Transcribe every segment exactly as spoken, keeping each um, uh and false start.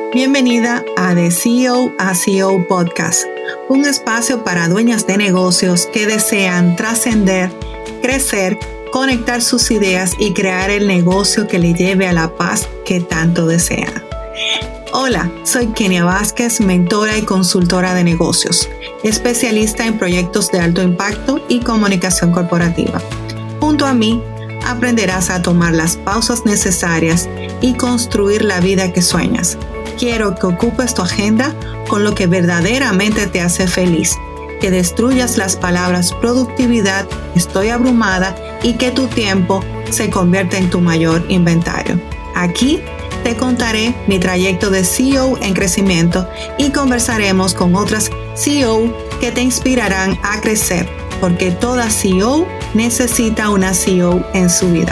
Bienvenida a The C E O a C E O Podcast, un espacio para dueñas de negocios que desean trascender, crecer, conectar sus ideas y crear el negocio que le lleve a la paz que tanto desean. Hola, soy Kenia Vázquez, mentora y consultora de negocios, especialista en proyectos de alto impacto y comunicación corporativa. Junto a mí, aprenderás a tomar las pausas necesarias y construir la vida que sueñas. Quiero que ocupes tu agenda con lo que verdaderamente te hace feliz, que destruyas las palabras productividad, estoy abrumada y que tu tiempo se convierta en tu mayor inventario. Aquí te contaré mi trayecto de C E O en crecimiento y conversaremos con otras C E O que te inspirarán a crecer, porque toda C E O necesita una C E O en su vida.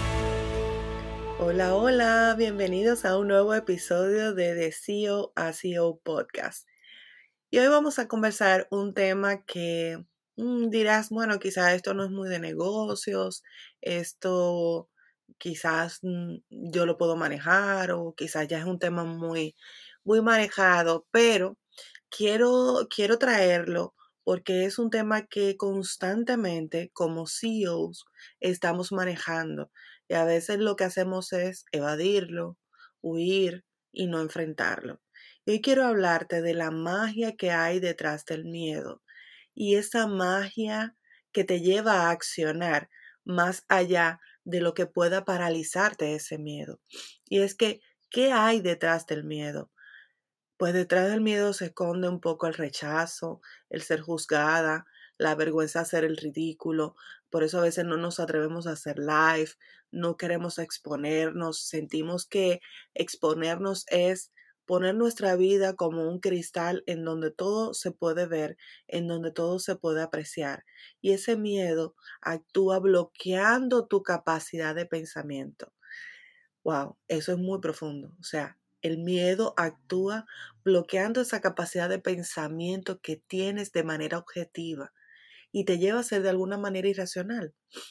Hola, hola, bienvenidos a un nuevo episodio de The C E O a C E O Podcast. Y hoy vamos a conversar un tema que mmm, dirás, bueno, quizás esto no es muy de negocios, esto quizás mmm, yo lo puedo manejar o quizás ya es un tema muy, muy manejado, pero quiero, quiero traerlo porque es un tema que constantemente como C E Os estamos manejando y a veces lo que hacemos es evadirlo, huir y no enfrentarlo. Y hoy quiero hablarte de la magia que hay detrás del miedo y esa magia que te lleva a accionar más allá de lo que pueda paralizarte ese miedo. Y es que, ¿qué hay detrás del miedo? Pues detrás del miedo se esconde un poco el rechazo, el ser juzgada, la vergüenza de hacer el ridículo. Por eso a veces no nos atrevemos a hacer live, no queremos exponernos, sentimos que exponernos es poner nuestra vida como un cristal en donde todo se puede ver, en donde todo se puede apreciar. Y ese miedo actúa bloqueando tu capacidad de pensamiento. Wow, eso es muy profundo. O sea, el miedo actúa bloqueando esa capacidad de pensamiento que tienes de manera objetiva y te lleva a ser de alguna manera irracional.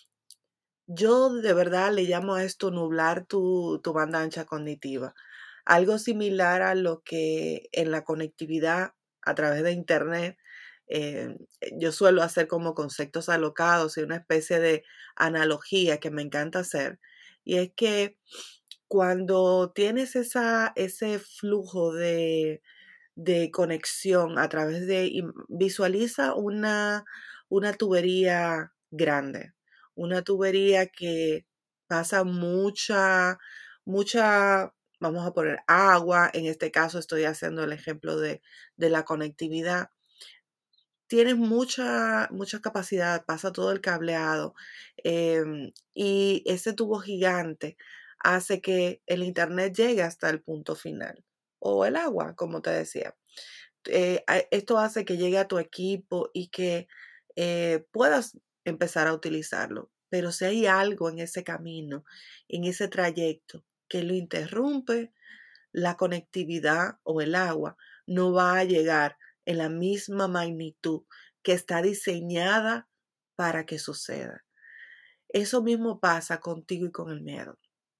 Yo de verdad le llamo a esto nublar tu, tu banda ancha cognitiva. Algo similar a lo que en la conectividad a través de Internet, eh, yo suelo hacer como conceptos alocados y una especie de analogía que me encanta hacer. Y es que cuando tienes esa, ese flujo de, de conexión a través de, im- visualiza una, una tubería grande, una tubería que pasa mucha, mucha, vamos a poner agua, en este caso estoy haciendo el ejemplo de, de la conectividad. Tienes mucha, mucha capacidad, pasa todo el cableado em, y ese tubo gigante hace que el internet llegue hasta el punto final o el agua, como te decía. Eh, a- esto hace que llegue a tu equipo y que eh, puedas empezar a utilizarlo. Pero si hay algo en ese camino, en ese trayecto que lo interrumpe, la conectividad o el agua no va a llegar en la misma magnitud que está diseñada para que suceda. Eso mismo pasa contigo y con el miedo.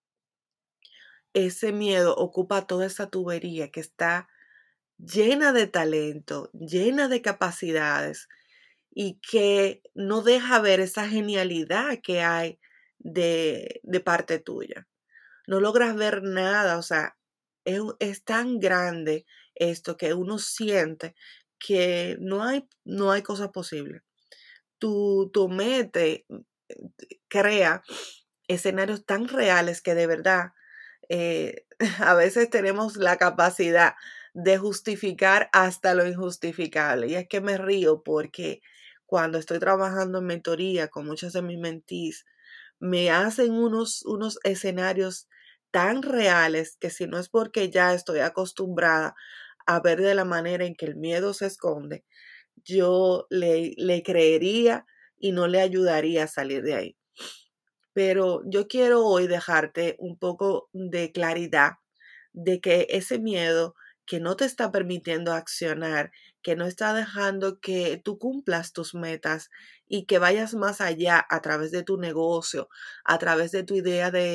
Ese miedo ocupa toda esa tubería que está llena de talento, llena de capacidades y que no deja ver esa genialidad que hay de, de parte tuya. No logras ver nada, o sea, es, es tan grande esto que uno siente que no hay, no hay cosa posible. Tu, tu mente crea escenarios tan reales que de verdad eh, a veces tenemos la capacidad de justificar hasta lo injustificable. Y es que me río porque cuando estoy trabajando en mentoría con muchas de mis mentees, me hacen unos, unos escenarios tan reales que si no es porque ya estoy acostumbrada a ver de la manera en que el miedo se esconde, yo le, le creería y no le ayudaría a salir de ahí. Pero yo quiero hoy dejarte un poco de claridad de que ese miedo que no te está permitiendo accionar, que no está dejando que tú cumplas tus metas y que vayas más allá a través de tu negocio, a través de tu idea de,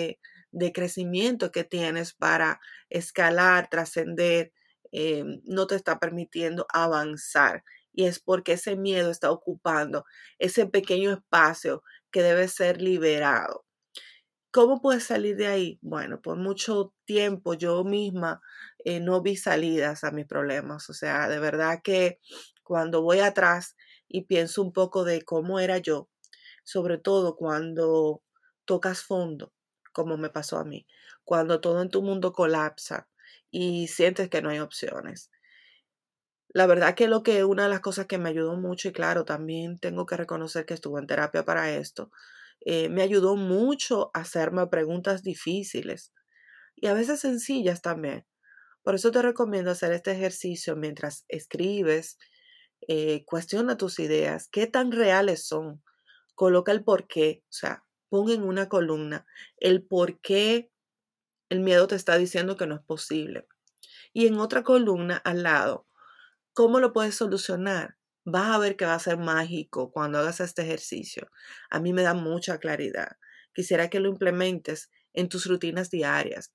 de crecimiento que tienes para escalar, trascender, eh, no te está permitiendo avanzar. Y es porque ese miedo está ocupando ese pequeño espacio que debe ser liberado. ¿Cómo puedes salir de ahí? Bueno, por mucho tiempo yo misma eh, no vi salidas a mis problemas. O sea, de verdad que cuando voy atrás y pienso un poco de cómo era yo, sobre todo cuando tocas fondo, como me pasó a mí, cuando todo en tu mundo colapsa y sientes que no hay opciones. La verdad que lo que una de las cosas que me ayudó mucho, y claro, también tengo que reconocer que estuve en terapia para esto, eh, me ayudó mucho a hacerme preguntas difíciles y a veces sencillas también. Por eso te recomiendo hacer este ejercicio mientras escribes, eh, cuestiona tus ideas, qué tan reales son, coloca el por qué, o sea, pon en una columna el por qué el miedo te está diciendo que no es posible. Y en otra columna al lado, ¿cómo lo puedes solucionar? Vas a ver que va a ser mágico cuando hagas este ejercicio. A mí me da mucha claridad. Quisiera que lo implementes en tus rutinas diarias.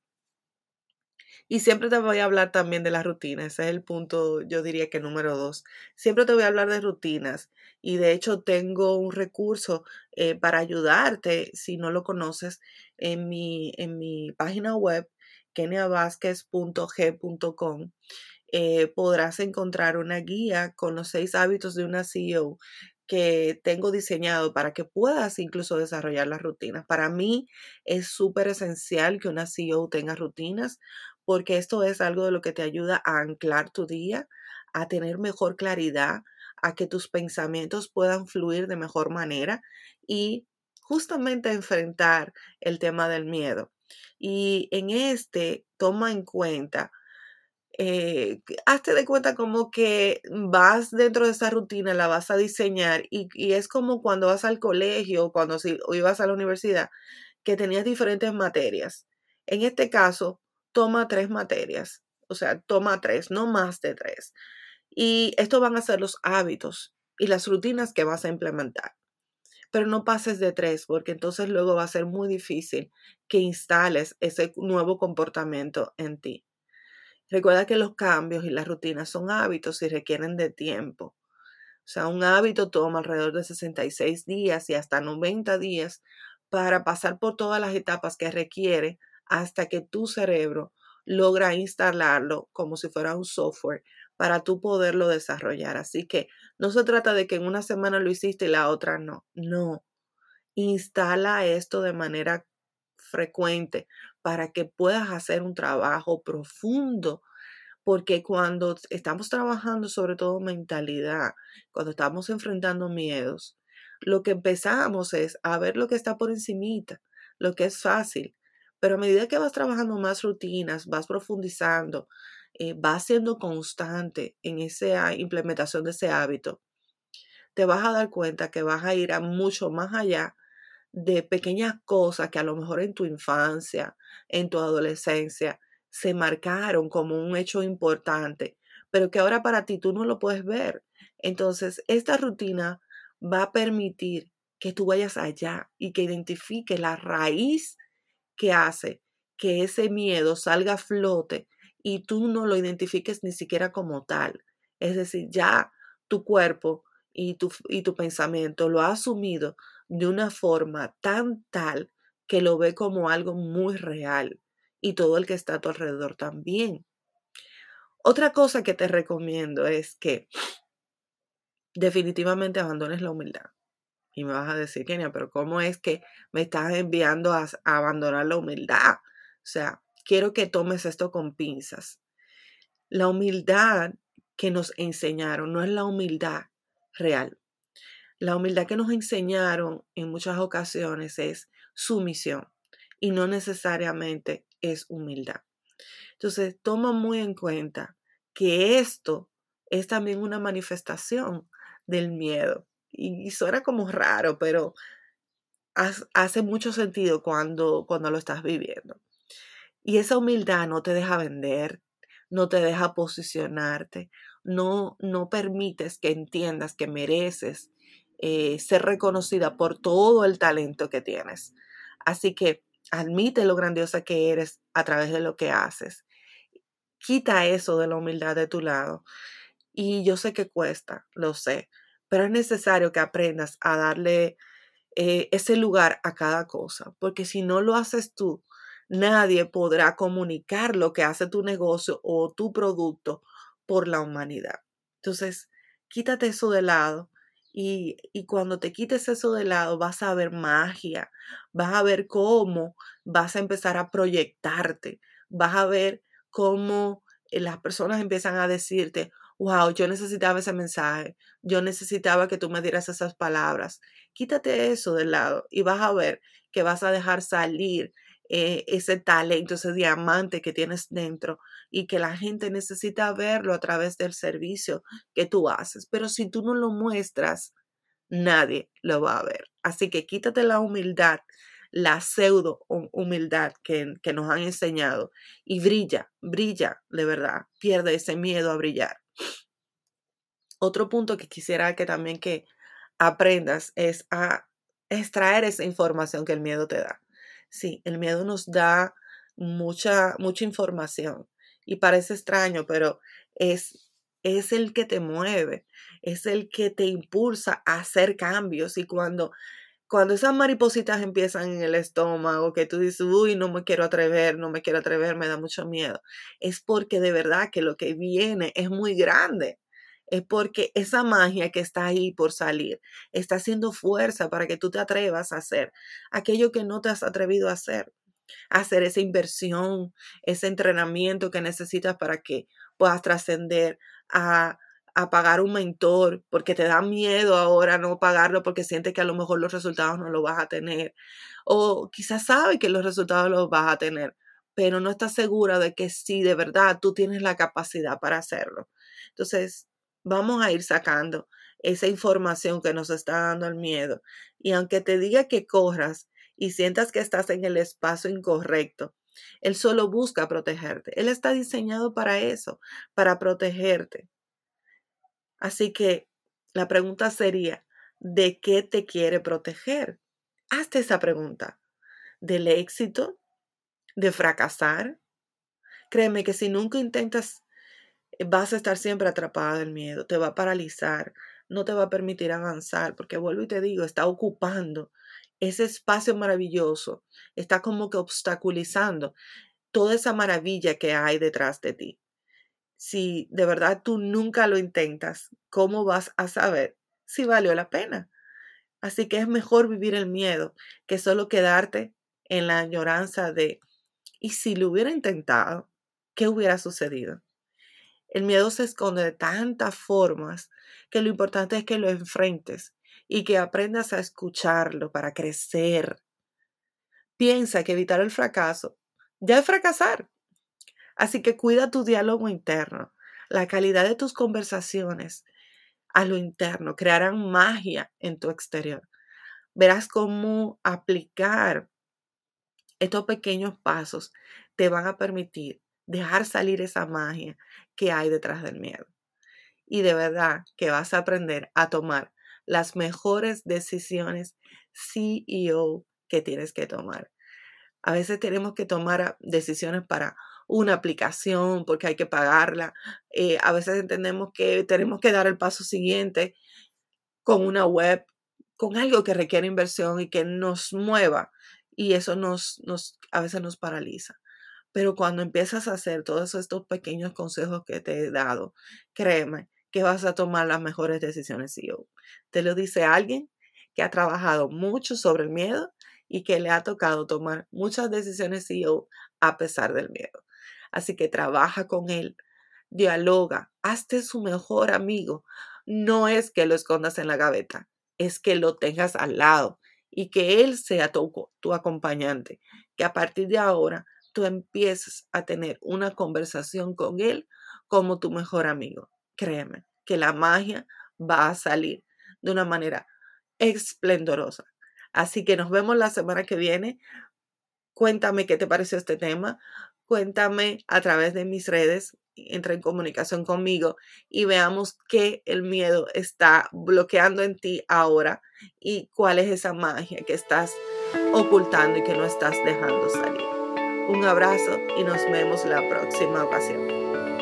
Y siempre te voy a hablar también de las rutinas. Ese es el punto, yo diría que número dos. Siempre te voy a hablar de rutinas. Y de hecho tengo un recurso eh, para ayudarte, si no lo conoces, en mi, en mi página web, kenia vázquez punto g punto com. Eh, podrás encontrar una guía con los seis hábitos de una C E O que tengo diseñado para que puedas incluso desarrollar las rutinas. Para mí es súper esencial que una C E O tenga rutinas porque esto es algo de lo que te ayuda a anclar tu día, a tener mejor claridad, a que tus pensamientos puedan fluir de mejor manera y justamente enfrentar el tema del miedo. Y en este, toma en cuenta eh, hazte de cuenta como que vas dentro de esa rutina, la vas a diseñar y, y es como cuando vas al colegio, cuando si, o ibas a la universidad, que tenías diferentes materias. En este caso, toma tres materias, o sea, toma tres, no más de tres. Y estos van a ser los hábitos y las rutinas que vas a implementar. Pero no pases de tres, porque entonces luego va a ser muy difícil que instales ese nuevo comportamiento en ti. Recuerda que los cambios y las rutinas son hábitos y requieren de tiempo. O sea, un hábito toma alrededor de sesenta y seis días y hasta noventa días para pasar por todas las etapas que requiere hasta que tu cerebro logra instalarlo como si fuera un software para tú poderlo desarrollar. Así que no se trata de que en una semana lo hiciste y la otra no. No. Instala esto de manera frecuente para que puedas hacer un trabajo profundo porque cuando estamos trabajando sobre todo mentalidad, cuando estamos enfrentando miedos, lo que empezamos es a ver lo que está por encimita, lo que es fácil. Pero a medida que vas trabajando más rutinas, vas profundizando, eh, vas siendo constante en esa implementación de ese hábito, te vas a dar cuenta que vas a ir a mucho más allá de pequeñas cosas que a lo mejor en tu infancia, en tu adolescencia, se marcaron como un hecho importante, pero que ahora para ti tú no lo puedes ver. Entonces, esta rutina va a permitir que tú vayas allá y que identifiques la raíz que hace que ese miedo salga a flote y tú no lo identifiques ni siquiera como tal. Es decir, ya tu cuerpo y tu, y tu pensamiento lo ha asumido de una forma tan tal que lo ve como algo muy real y todo el que está a tu alrededor también. Otra cosa que te recomiendo es que definitivamente abandones la humildad. Y me vas a decir, Kenia, pero ¿cómo es que me estás enviando a, a abandonar la humildad? O sea, quiero que tomes esto con pinzas. La humildad que nos enseñaron no es la humildad real. La humildad que nos enseñaron en muchas ocasiones es sumisión y no necesariamente es humildad. Entonces, toma muy en cuenta que esto es también una manifestación del miedo. Y suena como raro, pero hace mucho sentido cuando, cuando lo estás viviendo. Y esa humildad no te deja vender, no te deja posicionarte, no, no permites que entiendas que mereces eh, ser reconocida por todo el talento que tienes. Así que Admite lo grandiosa que eres a través de lo que haces. Quita eso de la humildad de tu lado. Y yo sé que cuesta, lo sé, pero es necesario que aprendas a darle eh, ese lugar a cada cosa, porque si no lo haces tú, nadie podrá comunicar lo que hace tu negocio o tu producto por la humanidad. Entonces, quítate eso de lado y, y cuando te quites eso de lado vas a ver magia, vas a ver cómo vas a empezar a proyectarte, vas a ver cómo eh, las personas empiezan a decirte, wow, yo necesitaba ese mensaje, yo necesitaba que tú me dieras esas palabras. Quítate eso del lado y vas a ver que vas a dejar salir eh, ese talento, ese diamante que tienes dentro y que la gente necesita verlo a través del servicio que tú haces. Pero si tú no lo muestras, nadie lo va a ver. Así que quítate la humildad, la pseudo humildad que, que nos han enseñado y brilla, brilla de verdad. Pierde ese miedo a brillar. Otro punto que quisiera que también que aprendas es a extraer esa información que el miedo te da. Sí, el miedo nos da mucha, mucha información y parece extraño, pero es, es el que te mueve, es el que te impulsa a hacer cambios y cuando cuando esas maripositas empiezan en el estómago, que tú dices, uy, no me quiero atrever, no me quiero atrever, me da mucho miedo, es porque de verdad que lo que viene es muy grande. Es porque esa magia que está ahí por salir está haciendo fuerza para que tú te atrevas a hacer aquello que no te has atrevido a hacer, a hacer esa inversión, ese entrenamiento que necesitas para que puedas trascender a a pagar un mentor porque te da miedo ahora no pagarlo porque sientes que a lo mejor los resultados no los vas a tener. O quizás sabes que los resultados los vas a tener, pero no estás segura de que sí, de verdad, tú tienes la capacidad para hacerlo. Entonces, vamos a ir sacando esa información que nos está dando el miedo. Y aunque te diga que corras y sientas que estás en el espacio incorrecto, él solo busca protegerte. Él está diseñado para eso, para protegerte. Así que la pregunta sería, ¿de qué te quiere proteger? Hazte esa pregunta. ¿Del éxito? ¿De fracasar? Créeme que si nunca intentas, eh, vas a estar siempre atrapada del miedo, te va a paralizar, no te va a permitir avanzar, porque vuelvo y te digo, está ocupando ese espacio maravilloso, está como que obstaculizando toda esa maravilla que hay detrás de ti. Si de verdad tú nunca lo intentas, ¿cómo vas a saber si valió la pena? Así que es mejor vivir el miedo que solo quedarte en la añoranza de, ¿y si lo hubiera intentado? ¿Qué hubiera sucedido? El miedo se esconde de tantas formas que lo importante es que lo enfrentes y que aprendas a escucharlo para crecer. Piensa que evitar el fracaso ya es fracasar. Así que cuida tu diálogo interno. La calidad de tus conversaciones a lo interno crearán magia en tu exterior. Verás cómo aplicar estos pequeños pasos te van a permitir dejar salir esa magia que hay detrás del miedo. Y de verdad que vas a aprender a tomar las mejores decisiones C E O que tienes que tomar. A veces tenemos que tomar decisiones para una aplicación porque hay que pagarla. Eh, a veces entendemos que tenemos que dar el paso siguiente con una web, con algo que requiere inversión y que nos mueva. Y eso nos, nos, a veces nos paraliza. Pero cuando empiezas a hacer todos estos pequeños consejos que te he dado, créeme que vas a tomar las mejores decisiones C E O. Te lo dice alguien que ha trabajado mucho sobre el miedo y que le ha tocado tomar muchas decisiones C E O a pesar del miedo. Así que trabaja con él, dialoga, hazte su mejor amigo. No es que lo escondas en la gaveta, es que lo tengas al lado y que él sea tu, tu acompañante, que a partir de ahora tú empieces a tener una conversación con él como tu mejor amigo. Créeme que la magia va a salir de una manera esplendorosa. Así que nos vemos la semana que viene. Cuéntame qué te pareció este tema. Cuéntame a través de mis redes, entra en comunicación conmigo y veamos qué el miedo está bloqueando en ti ahora y cuál es esa magia que estás ocultando y que no estás dejando salir. Un abrazo y nos vemos la próxima ocasión.